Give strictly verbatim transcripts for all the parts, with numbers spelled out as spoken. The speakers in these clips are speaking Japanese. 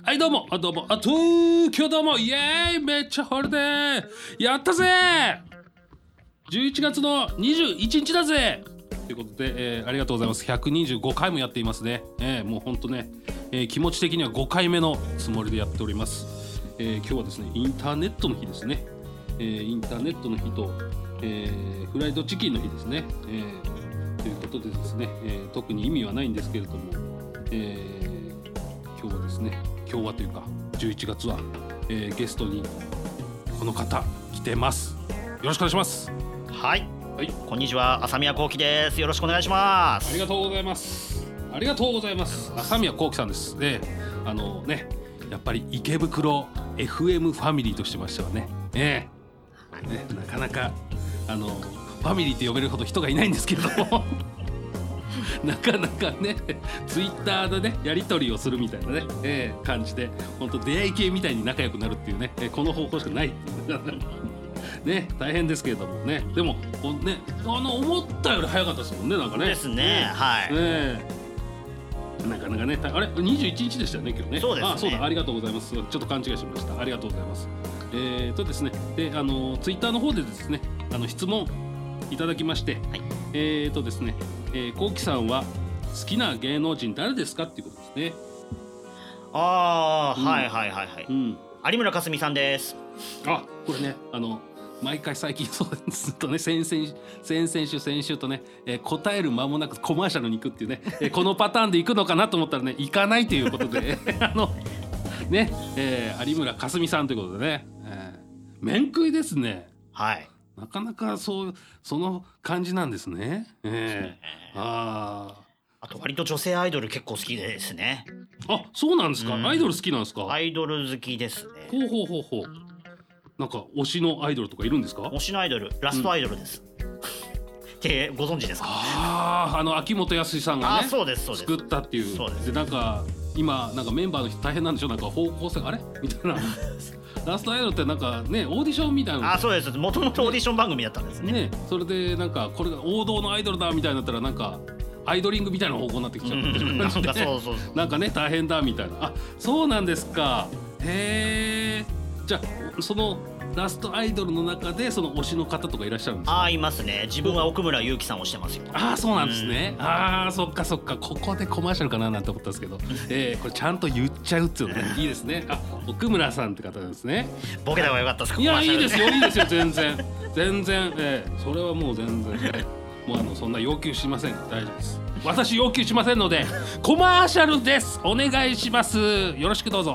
はいどうもあどうもあ東京どうもイエーイめっちゃ晴れてやったぜじゅういちがつのにじゅういちにちだぜということで、えー、ありがとうございます。ひゃくにじゅうごかいもやっていますね、えー、もうほんとね、えー、気持ち的にはごかいめのつもりでやっております、えー、今日はですねインターネットの日ですね、えー、インターネットの日と、えー、フライドチキンの日ですね、えー、ということでですね、えー、特に意味はないんですけれども、えー、今日はですね今日はというかじゅういちがつは、えー、ゲストにこの方来てます。よろしくお願いします。 はい、はい、こんにちは、朝宮幸喜です。よろしくお願いします。 ありがとうございますありがとうございます朝宮幸喜さんです。で、あのねやっぱり池袋 エフエム ファミリーとしてましてはね、えー、ねなかなかあのファミリーって呼べるほど人がいないんですけれどもなかなかねツイッターでねやり取りをするみたいなね、えー、感じで本当出会い系みたいに仲良くなるっていうね、えー、この方法しかないっていうね大変ですけれどもね。でもねあの思ったより早かったですもんね。なんかねですね、はい、 ねなかなかねあれにじゅういちにちでしたよね今日ね。 そうですね。 あそうだありがとうございます。ちょっと勘違いしました。ありがとうございます。えーとですねであのツイッターの方でですねあの質問いただきまして、はい、えーとですねえー、幸喜さんは好きな芸能人誰ですかっていうことですね。 ああ、うん、はいはいはいはい、うん、有村架純さんです。 あこれねあの毎回最近そうですとね先々先々週先週とね、えー、答える間もなくコマーシャルに行くっていうね、えー、このパターンで行くのかなと思ったらね行かないということであのね、えー、有村架純さんということでね、えー、面食いですね。 はい。 なかなかそうその感じなんですね。えー、 ああと割と女性アイドル結構好きですね。 あそうなんですか、うん、アイドル好きなんですか。 アイドル好きですね。 ほうほうほうほう。なんか推しのアイドルとかいるんですか。 推しのアイドルラストアイドルです、うん、ってご存知ですか。 あああの秋元康さんがねあそうですそうです作ったっていう。そうです。でなんか今なんかメンバーの人大変なんでしょ。なんか方向性あれみたいなラストアイドルってなんかねオーディションみたいな。 あそうです。もともとオーディション番組だったんですね。 ねそれでなんかこれが王道のアイドルだみたいになったらなんかアイドリングみたいな方向になってきちゃう、うん、なんかそうそうそうなんかね大変だみたいな。あそうなんですか。へえ。じゃあそのラストアイドルの中でその推しの方とかいらっしゃるんですか。 あいますね。自分は奥村祐希さんをしてますよ。 あそうなんですね、うん、あそっかそっかここでコマーシャルかななんて思ったんですけど、えー、これちゃんと言っちゃうっていうのねいいですね。あ奥村さんって方ですね。 ボケた方が良かったですか。 いやいいですよいいですよ全然全然、えー、それはもう全然、ね、もうあのそんな要求しません。大丈夫です。私要求しませんのでコマーシャルですお願いします。よろしくどうぞ。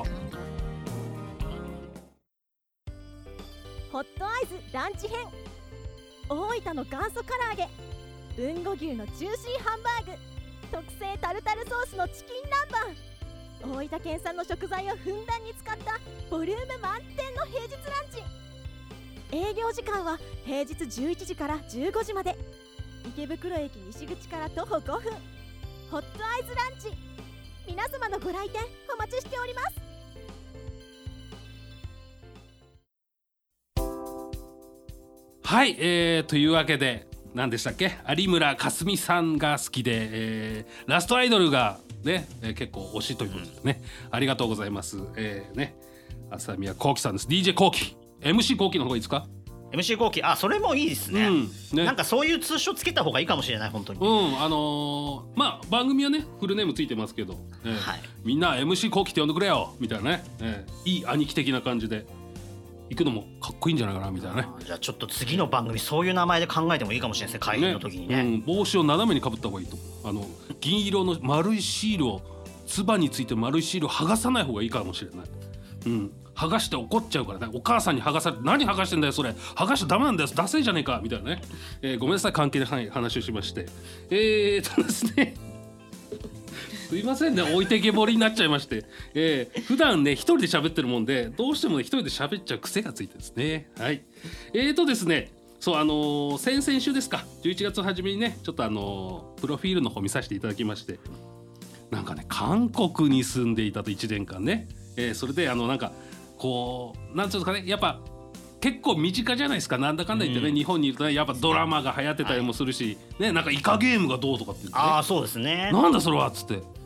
ホットアイズランチ編。大分の元祖唐揚げ、豊後牛のジューシーハンバーグ、特製タルタルソースのチキン南蛮、大分県産の食材をふんだんに使ったボリューム満点の平日ランチ。営業時間は平日じゅういちじからじゅうごじまで。池袋駅西口から徒歩ごふん。ホットアイズランチ、皆様のご来店お待ちしております。 はい、えー、というわけで何でしたっけ有村架純さんが好きで、えー、ラストアイドルがね、えー、結構推しということですね、うん、ありがとうございます、えー、ね朝宮幸喜さんです。 ディージェー 幸喜 エムシー 幸喜の方がいいですか。 エムシー 幸喜あそれもいいですね、うんね、なんかそういう通称つけた方がいいかもしれない本当に。 うんあのー、まあ番組はねフルネームついてますけど、えーはい、みんな エムシー 幸喜って呼んでくれよみたいなね、えー、いい兄貴的な感じで行くのもかっこいいんじゃないかなみたいなね。 じゃあちょっと次の番組そういう名前で考えてもいいかもしれないですね会議の時に ね, ね、 うん、帽子を斜めにかぶった方がいいと。あの銀色の丸いシールをつばについて丸いシールを剥がさない方がいいかもしれない、うん、剥がして怒っちゃうからね。お母さんに剥がされて何剥がしてんだよそれ剥がしちゃダメなんだよダセえじゃねえかみたいなね、えー、ごめんなさい関係ない話をしましてえーとですねすいませんね置いてけぼりになっちゃいまして、えー、普段ね一人で喋ってるもんでどうしてもね一人で喋っちゃう癖がついてですね。はいえーとですねそうあのー、先々週ですかじゅういちがつ初めにねちょっとあのー、プロフィールの方見させていただきまして、なんかね韓国に住んでいたといちねんかんね、えー、それであのなんかこうなんていうんですかねやっぱ結構身近じゃないですか。なんだかんだ言ってね、うん、日本にいるとねやっぱドラマが流行ってたりもするし、はい、ねなんかイカゲームがどうとかって言って、ね、 ああそうですね。 なんだそれはっつって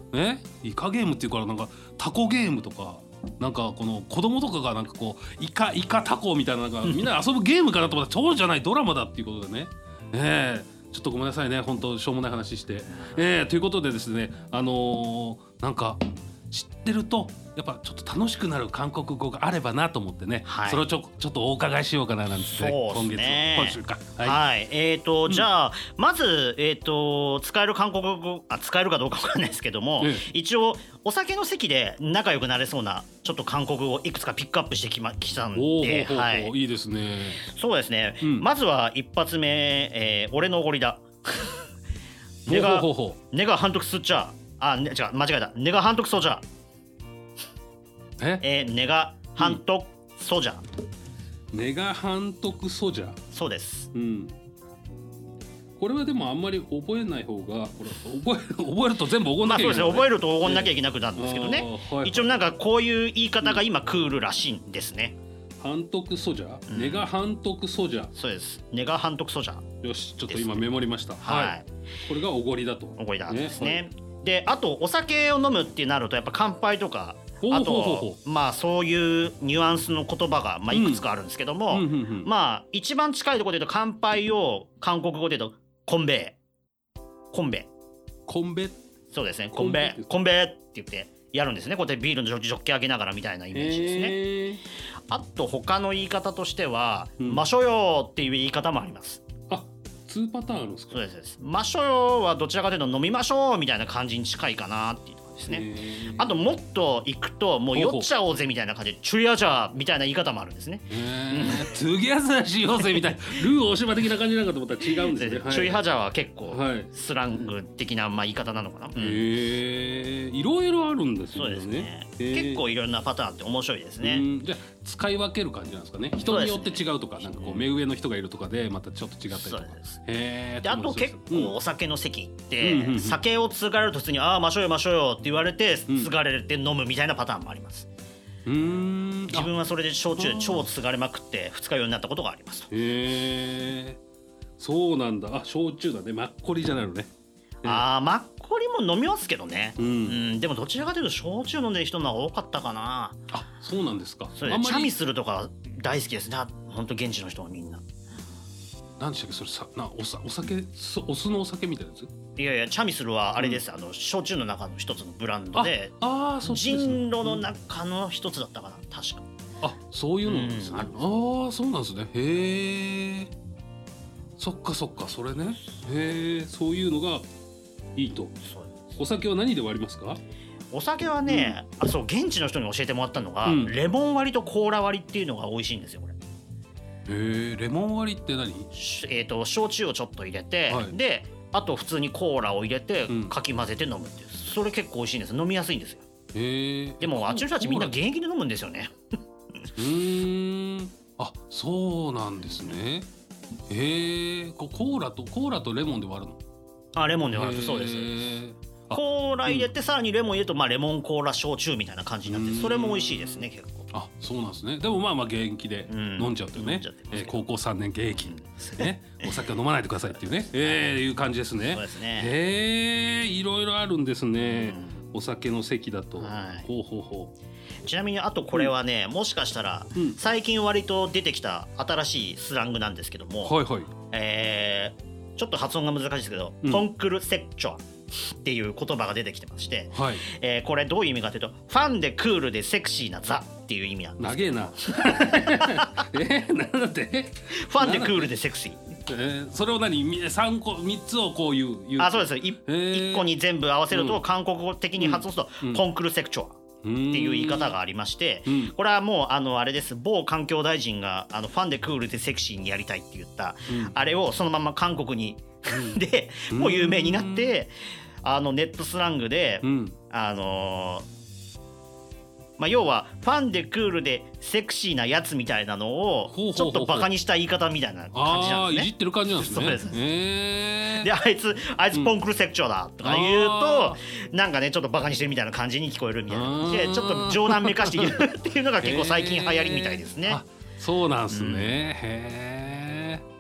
ね、イカゲームっていうからなんかタコゲームとかなんかこの子供とかがなんかこうイカイカタコみたいななんかみんな遊ぶゲームかなと思ったらそうじゃないドラマだっていうことでね、えー、ちょっとごめんなさいね本当しょうもない話して、えー、ということでですねあのー、なんか知ってるとやっぱちょっと楽しくなる韓国語があればなと思ってね、はい、それをちょ、ちょっとお伺いしようかななんですね。 そうですね今月今週かはい、はい、えーと、うん、じゃあまず、えーと、使える韓国語あ使えるかどうかわかんないですけども、ええ、一応お酒の席で仲良くなれそうなちょっと韓国語をいくつかピックアップしてきまきたんで、 おーほうほうほう、はい、いいですね。 そうですね、うん、まずは一発目、えー、俺のおごりだ根が根が反徳すっちゃあ、ね、違う間違えた根が反徳そうじゃええー、ネガハントクソジャ、 うん、ネガハントクソジャそうです、 うん、これはでもあんまり覚えない方がこれ覚え、覚えると全部覚えなきゃいけない、ね、まあそうですね、覚えると覚えなきゃいけなくなるんですけどね、えーはいはい、一応なんかこういう言い方が今クールらしいんですね。 ハントクソジャ、うん、ネガハントクソジャ、 そうです、ネガハントクソジャ、 よしちょっと今メモりました、はい、はい、これがおごりだとおごりだですね、ね、はい、であとお酒を飲むってなるとやっぱ乾杯とかあとまあそういうニュアンスの言葉がまあいくつかあるんですけども、うんうんうんうん、まあ一番近いところで言うと乾杯を韓国語で言うとコンベコンベコンベそうですねコンベコンベって言ってやるんですね。こうやってビールのジョッキ上げながらみたいなイメージですね、えー、あと他の言い方としては、うん、マショヨっていう言い方もあります。 あ、にパターンあるんですか。 そうです。マショヨはどちらかというと飲みましょうみたいな感じに近いかなっていうですね。あともっと行くともう酔っちゃおうぜみたいな感じでチュリアジャーみたいな言い方もあるんですね。 トゥギャザーしようぜみたいなルー大島的な感じなんかと思ったら違うんですね。 はい、チュリハジャーは結構スラング的なまあ言い方なのかな。へえ、いろいろあるんですよね。 そうですね。結構いろんなパターンって面白いですね。 じゃあ使い分ける感じなんですかね。人によって違うとか、なんかこう目上の人がいるとかでまたちょっと違ったりとか。そうです。へえ。であと結構お酒の席行って、うん、酒を継がれると普通にああましょうよましょうよって言われて継がれて飲むみたいなパターンもあります。うーん、自分はそれで焼酎超継がれまくって二日酔いになったことがあります。 へえ。そうなんだ。あ、焼酎だね。マッコリじゃないのね。 ああ、マッコリも飲みますけどね、うんうん、でもどちらかというと焼酎飲んでる人の方が多かったかな。 あ、そうなんですか。 それチャミスルとか大好きですね。本当現地の人はみんな。 何でしたっけそれさな お, さお酒お酢のお酒みたいなやつ。 いやいやチャミスルはあれです、うん、あの焼酎の中の一つのブランドで、 ああそうですね、 人狼の中の一つだったかな確か。 あ、そういうのなんですね、うん、ああそうなんですね。へえ、そっかそっか、それね。へえ、そういうのがいいと。お酒は何で割りますか。 お酒はね、うん、あそう現地の人に教えてもらったのが、うん、レモン割りとコーラ割りっていうのが美味しいんですよこれ。 へえ、レモン割りって何？ えーと焼酎をちょっと入れて、はい、であと普通にコーラを入れて、うん、かき混ぜて飲むっていう、それ結構美味しいんです。飲みやすいんですよ。へえ。でもあっちの人たちみんな現役で飲むんですよね。 うーん、あ、そうなんですね。へえ、コーラとコーラとレモンで割るの？ あ、レモンで割るとそうです。コーラ入れて、うん、さらにレモン入れると、まあ、レモンコーラ焼酎みたいな感じになって、それも美味しいですね結構。 あ、そうなんですね。でもまあまあ現役で飲んじゃうというね、うん、えー、高校さんねん現役、うん、ね、お酒は飲まないでくださいっていうね、えー、いう感じですね。 そうですね。 へえ、いろいろあるんですね、うん、お酒の席だと、はい、ほうほうほう。ちなみにあとこれはね、うん、もしかしたら最近割と出てきた新しいスラングなんですけども、 はいはい、 えー、ちょっと発音が難しいですけど、うん、コンクルセクチョアっていう言葉が出てきてまして、はい、えー、これどういう意味かというと、ファンでクールでセクシーなザっていう意味なんです。 長えな。えー、なんだって？ ファンでクールでセクシー。 えー、それを何さんこみっつをこういう言う。 あ、そうです。い、えー、いっこに全部合わせると、うん、韓国語的に発音すると、うん、コンクルセクチョアっていう言い方がありまして、うん、これはもうあのあれです。某環境大臣があのファンでクールでセクシーにやりたいって言った、うん、あれをそのまま韓国にでもう有名になって、あのネットスラングで、うん、あのーまあ、要はファンでクールでセクシーなやつみたいなのをちょっとバカにした言い方みたいな感じなんですね。 あ、いじってる感じなんですね。 そうです。 へー。 であいつあいつポンクルセクチョーだとか言うと、うん、なんかねちょっとバカにしてるみたいな感じに聞こえるみたいなで、ちょっと冗談めかして言うっていうのが結構最近流行りみたいですね。 あ、そうなんですね、うん、へー。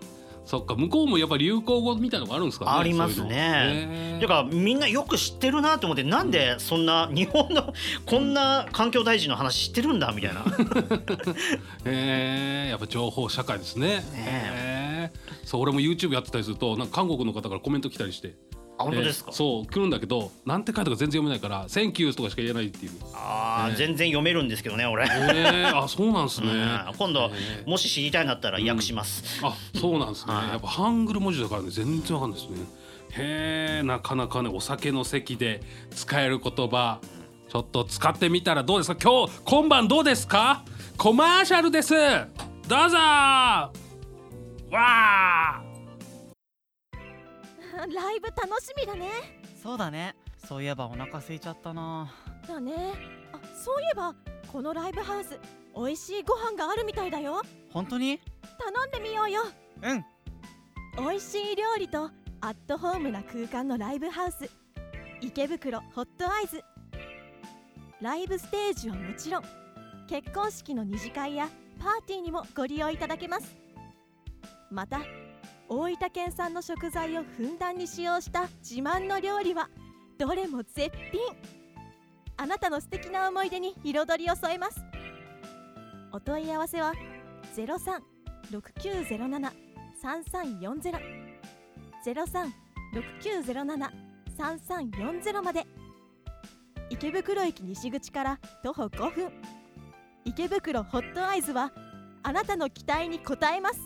そっか、向こうもやっぱ流行語みたいなのがあるんですかね。 ありますね。てかみんなよく知ってるなと思って、なんでそんな日本のこんな環境大臣の話知ってるんだみたいなへえ、やっぱ情報社会ですね。 ねへえ、そう、俺も YouTube やってたりするとなんか韓国の方からコメント来たりして。 あ、本当ですか。 えー、そう来るんだけど、なんて書いたか全然読めないから「センキュー」とかしか言えないっていう。 あ、 えー、 全然読めるんですけどね俺。 えー、あ、そうなんですね。 うん、今度、 えー、 もし知りたいんだったら訳します、 うん、あ、そうなんですね、 はい、 やっぱハングル文字だからね全然わかんないですね。へえ、なかなかね、お酒の席で使える言葉ちょっと使ってみたらどうですか。今日今晩どうですか。コマーシャルです、どうぞ。わあ、 ライブ楽しみだね。 そうだね。そういえばお腹空いちゃったな。 だね。あ、そういえばこのライブハウス美味しいご飯があるみたいだよ。 本当に？ 頼んでみようよ。 うん。 美味しい料理とアットホームな空間のライブハウス、池袋ホットアイズ。ライブステージはもちろん、結婚式の二次会やパーティーにもご利用いただけます。また大分県産の食材をふんだんに使用した自慢の料理はどれも絶品。あなたの素敵な思い出に彩りを添えます。お問い合わせは ゼロさん ろくきゅうゼロなな さんさんよんゼロ ゼロさん ろくきゅうゼロなな さんさんよんゼロまで。池袋駅西口から徒歩ごふん、池袋ホットアイズはあなたの期待に応えます。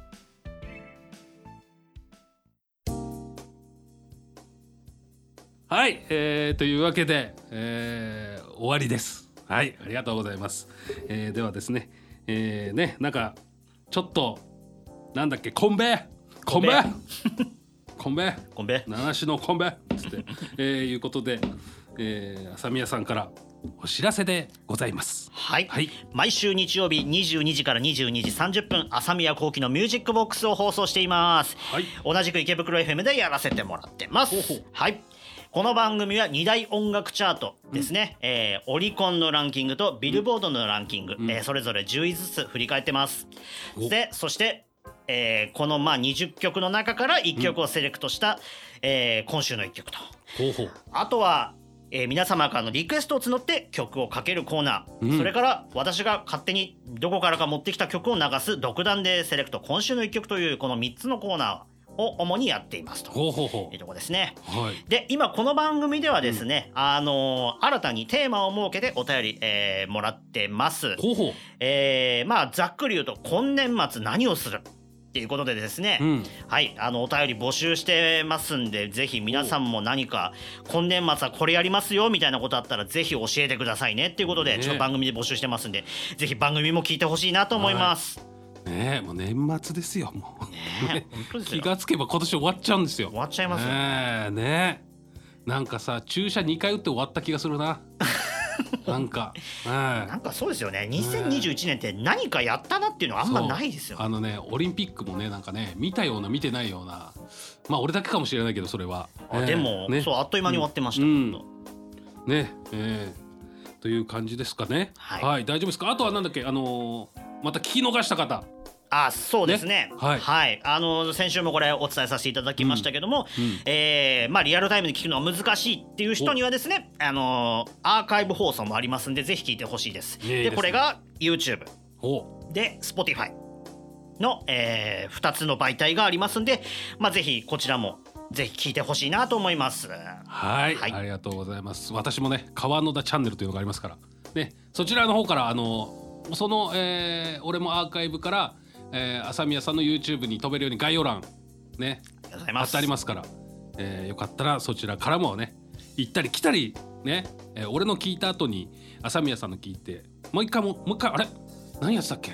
はい、えー、というわけで、えー、終わりです。はい、ありがとうございます。えー、ではですね、えー、ね、なんかちょっとなんだっけ、コンベコンベコンベコンベ七種のコンベつって、えー、いうことで、えー、朝宮さんからお知らせでございます。 はい、 はい、 毎週日曜日にじゅうにじからにじゅうにじさんじゅっぷん、朝宮幸喜のミュージックボックスを放送しています。 はい、 同じく池袋 エフエム でやらせてもらってます。 ほうほう。 はい、この番組はに大音楽チャートですね、うん、えー、オリコンのランキングとビルボードのランキング、うん、えー、それぞれじゅういずつ振り返ってます。で、そしてえー、このまあにじゅっきょくの中からいっきょくをセレクトした、うん、えー、今週のいっきょくと、 ほうほう。 あとは、えー、皆様からのリクエストを募って曲をかけるコーナー、うん、それから私が勝手にどこからか持ってきた曲を流す独断でセレクト今週のいっきょくというこのみっつのコーナーを主にやっていますとほうほうほういうところですね。 はい、 で、今この番組ではですね、うん、あのー、新たにテーマを設けてお便り、えー、もらってます。 ほうほう。 えー、まあざっくり言うと今年末何をするっていうことでですね、うん、はい、あのお便り募集してますんで、ぜひ皆さんも何か今年末はこれやりますよみたいなことあったらぜひ教えてくださいねっていうことで、ね、ちょっと番組で募集してますんで、ぜひ番組も聞いてほしいなと思います。 はい、ねえ、もう年末ですよ、もうねえ、本当ですよ。 気がつけば今年終わっちゃうんですよ。 終わっちゃいますよねえ、ねえ、なんかさ、注射にかい打って終わった気がするななんか、えー、 なんかそうですよね。にせんにじゅういちねんって何かやったなっていうのはあんまないですよ。 あのね、オリンピックもね、なんかね、見たような見てないような、まあ俺だけかもしれないけど、それはあ、えー、でも、ね、そうあっという間に終わってました、うん、 ね、えー、という感じですかね。はい、はい、大丈夫ですか。あとはなんだっけ、あのー、また聞き逃した方、 あ、そうですね、 はい、 はい、あの先週もこれお伝えさせていただきましたけども、うんうん、えー、まあ、リアルタイムで聞くのは難しいっていう人にはですね、あのアーカイブ放送もありますんで、ぜひ聞いてほしいです。で、でこれが YouTube で Spotify の、えー、ふたつの媒体がありますんで、まあ、ぜひこちらもぜひ聞いてほしいなと思います。 はい、はい、ありがとうございます。私もね、川野田チャンネルというのがありますから、ね、そちらの方からあのその、えー、俺もアーカイブからえー、朝宮さんの YouTube に飛べるように概要欄ね貼ってありますから、えー、よかったらそちらからもね行ったり来たりね、えー、俺の聞いた後に朝宮さんの聞いてもう一回ももう一回あれ何やってたっけって、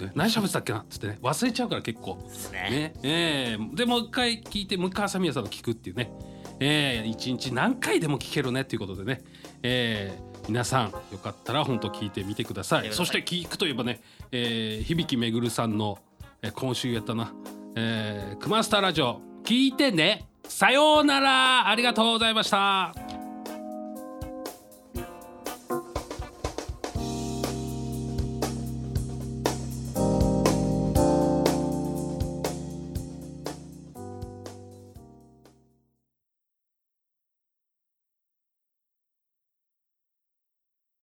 ね、何喋ってたっけなってね忘れちゃうから結構ですね、ね、えー、でもう一回聞いてもう一回朝宮さんの聞くっていうね、えー、一日何回でも聞けるねっていうことでね、えー皆さんよかったら本当聞いてみてください。そして聞くといえばね、えー、響めぐるさんの、えー、今週やったな、えー、クマスターラジオ聞いてね、さようなら、ありがとうございました。